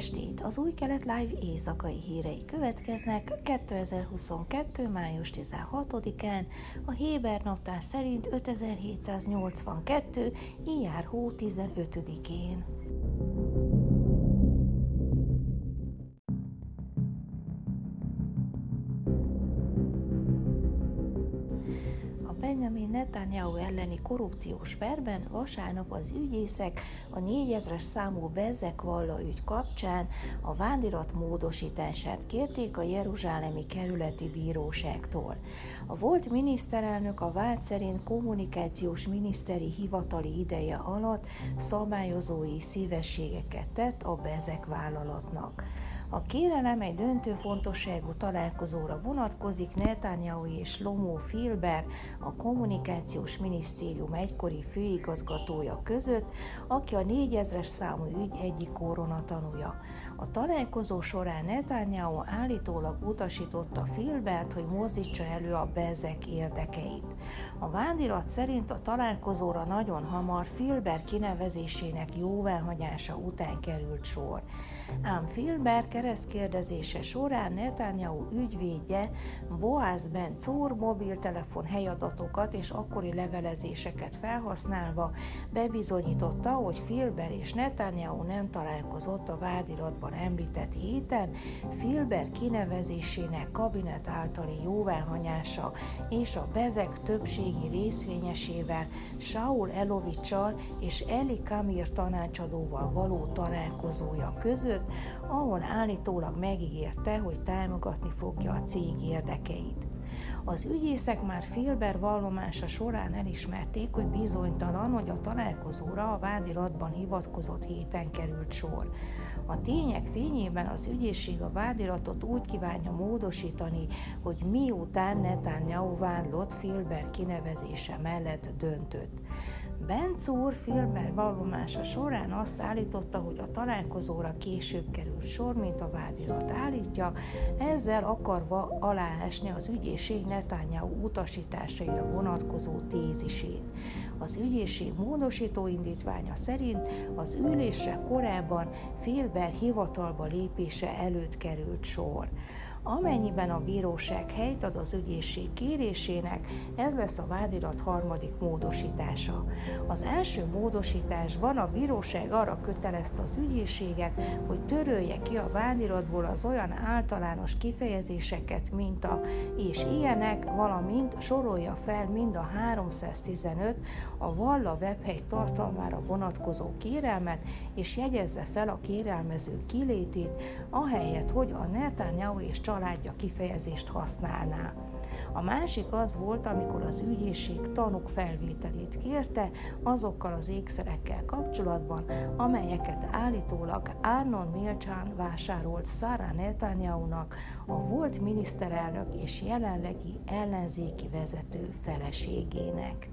estét! Az Új Kelet Live éjszakai hírei következnek 2022. május 16-án, a Héber naptár szerint 5782. ijár hó 15-én. Benjamin Netanyahu elleni korrupciós perben vasárnap az ügyészek a 4000-es számú Bezek Valla ügy kapcsán a vádirat módosítását kérték a jeruzsálemi kerületi bíróságtól. A volt miniszterelnök a vád szerint kommunikációs miniszteri hivatali ideje alatt szabályozói szívességeket tett a Bezek vállalatnak. A kérelem egy döntő fontosságú találkozóra vonatkozik Netanyahu és Shlomo Filber, a kommunikációs minisztérium egykori főigazgatója között, aki a 4000-es számú ügy egyik koronatanúja. A találkozó során Netanyahu állítólag utasította Filbert, hogy mozdítsa elő a Bezek érdekeit. A vádirat szerint a találkozóra nagyon hamar Filber kinevezésének jóváhagyása után került sor. Ám Filber keresztkérdezése során Netanyahu ügyvédje Boaz Ben Tzur mobiltelefon helyadatokat és akkori levelezéseket felhasználva bebizonyította, hogy Filber és Netanyahu nem találkozott a vádiratban említett héten. Filber kinevezésének kabinet általi jóváhagyása és a Bezek többségi részvényesével, Shaul Elovicsal és Eli Kamir tanácsadóval való találkozója között, ahol állítólag megígérte, hogy támogatni fogja a cég érdekeit. Az ügyészek már Filber vallomása során elismerték, hogy bizonytalan, hogy a találkozóra a vádiratban hivatkozott héten került sor. A tények fényében az ügyészség a vádiratot úgy kívánja módosítani, hogy miután Netanyahu vádlott Filber kinevezése mellett döntött. Ben Tzur Filber vallomása során azt állította, hogy a találkozóra később került sor, mint a vádirat állítja, ezzel akarva aláásni az ügyészség Netanyahu utasításaira vonatkozó tézisét. Az ügyészség módosító indítványa szerint az ülésre korábban Filber hivatalba lépése előtt került sor. Amennyiben a bíróság helyt ad az ügyészség kérésének, ez lesz a vádirat harmadik módosítása. Az első módosításban a bíróság arra kötelezte az ügyészséget, hogy törölje ki a vádiratból az olyan általános kifejezéseket, mint a és ilyenek, valamint sorolja fel mind a 315 a Valla webhely tartalmára vonatkozó kérelmet, és jegyezze fel a kérelmező kilétét, ahelyett, hogy a Netanyahu és családja kifejezést használná. A másik az volt, amikor az ügyészség tanúk felvételét kérte azokkal az ékszerekkel kapcsolatban, amelyeket állítólag Arnon Milchan vásárolt Sara Netanyahunak, a volt miniszterelnök és jelenlegi ellenzéki vezető feleségének.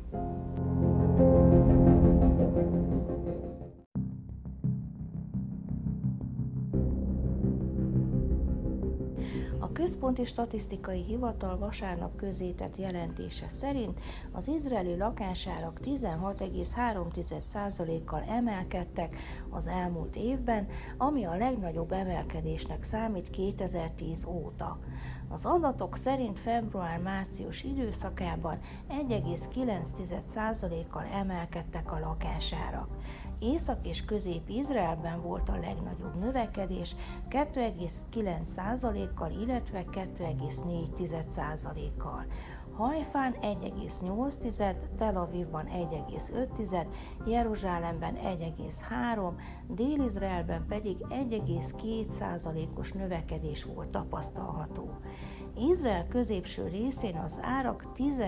A Központi Statisztikai Hivatal vasárnap közzétett jelentése szerint az izraeli lakásárak 16,3%-kal emelkedtek az elmúlt évben, ami a legnagyobb emelkedésnek számít 2010 óta. Az adatok szerint február-március időszakában 1,9%-kal emelkedtek a lakásárak. Észak- és Közép-Izraelben volt a legnagyobb növekedés 2,9%-kal, illetve 2,4%-kal. Hajfán 1,8, Tel Avivban 1,5, Jeruzsálemben 1,3, Dél-Izraelben pedig 1,2%-os növekedés volt tapasztalható. Izrael középső részén az árak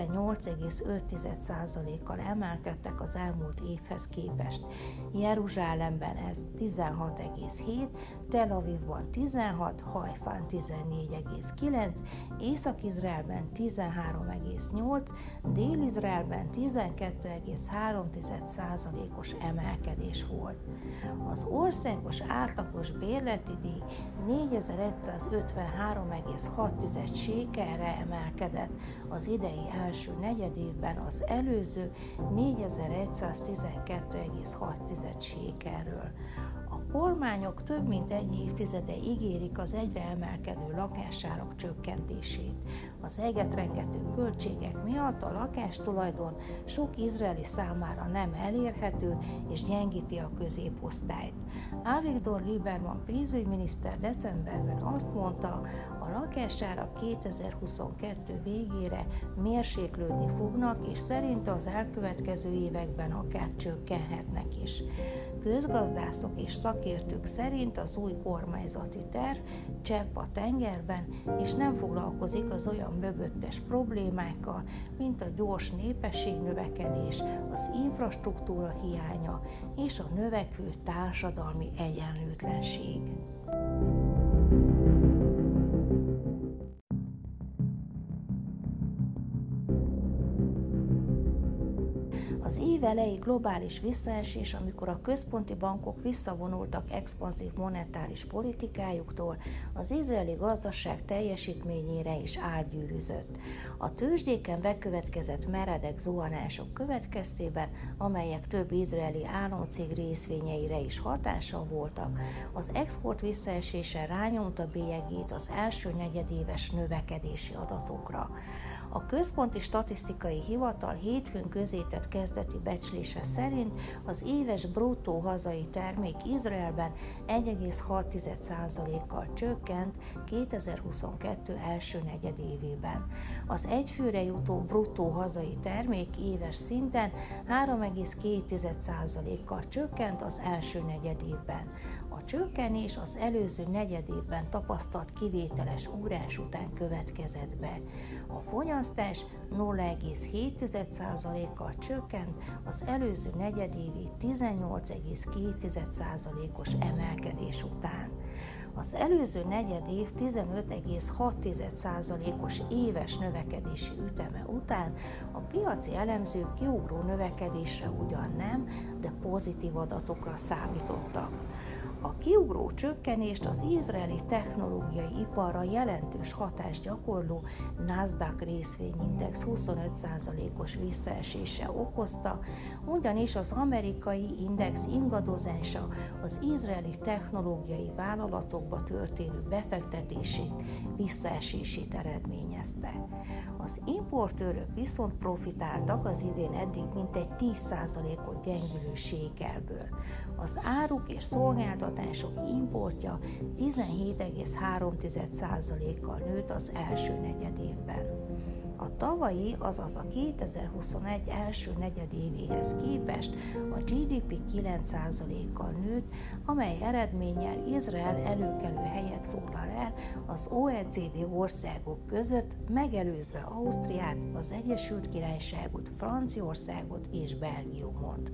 18,5%-kal emelkedtek az elmúlt évhez képest. Jeruzsálemben ez 16,7, Tel Avivban 16, Hajfán 14,9, Észak-Izraelben 13,8, Dél-Izraelben 12,3%-os emelkedés volt. Az országos átlagos bérleti díj 4153,6 sékelre emelkedett az idei első negyedévben az előző 4112,6 sékelről. A kormányok több mint egy évtizede ígérik az egyre emelkedő lakásárak csökkentését. Az egetrengető költségek miatt a lakástulajdon sok izraeli számára nem elérhető és gyengíti a középosztályt. Avigdor Lieberman pénzügyminiszter decemberben azt mondta, a lakásárak 2022 végére mérséklődni fognak, és szerinte az elkövetkező években akár csökkenhetnek is. Közgazdászok és szakértők szerint az új kormányzati terv csepp a tengerben, és nem foglalkozik az olyan mögöttes problémákkal, mint a gyors népességnövekedés, az infrastruktúra hiánya és a növekvő társadalmi egyenlőtlenség. Az év elejé globális visszaesés, amikor a központi bankok visszavonultak expanzív monetáris politikájuktól, az izraeli gazdaság teljesítményére is átgyűrűzött. A tőzsdéken bekövetkezett meredek zuhanások következtében, amelyek több izraeli államcég részvényeire is hatással voltak, az export visszaesése rányomta bélyegét az első negyedéves növekedési adatokra. A Központi Statisztikai Hivatal hétfőn közzétett kezdeti becslése szerint az éves bruttó hazai termék Izraelben 1,6%-kal csökkent 2022 első negyedévében. Az egyfőre jutó bruttó hazai termék éves szinten 3,2%-kal csökkent az első negyedévben. A csökkenés az előző negyedévben tapasztalt kivételes ugrás után következett be. A fogyasztás 0,7%-kal csökkent az előző negyedévi 18,2%-os emelkedés után. Az előző negyedév 15,6%-os éves növekedési üteme után a piaci elemzők kiugró növekedésre ugyan nem, de pozitív adatokra számítottak. A kiugró csökkenést az izraeli technológiai iparra jelentős hatást gyakorló Nasdaq részvényindex 25%-os visszaesése okozta, ugyanis az amerikai index ingadozása az izraeli technológiai vállalatokba történő befektetések visszaesését eredményezte. Az importőrök viszont profitáltak az idén eddig mintegy 10%-ot gyengülő sékelből. Az áruk és szolgáltatások importja 17,3%-kal nőtt az első negyedévben. A tavalyi, azaz a 2021 első negyedévéhez képest a GDP 9%-kal nőtt, amely eredménnyel Izrael előkelő helyet foglal el az OECD országok között, megelőzve Ausztriát, az Egyesült Királyságot, Franciaországot és Belgiumot.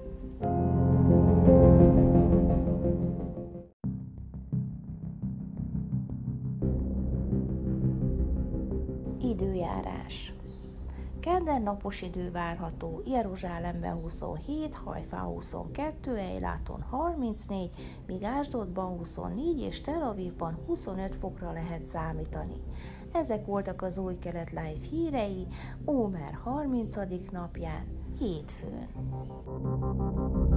Időjárás. Kedden napos idő várható, Jeruzsálemben 27, Hajfán 22, Eiláton 34, míg Ásdodban 24 és Tel Avivban 25 fokra lehet számítani. Ezek voltak az Új Kelet Live hírei Ómer 30. napján, hétfőn.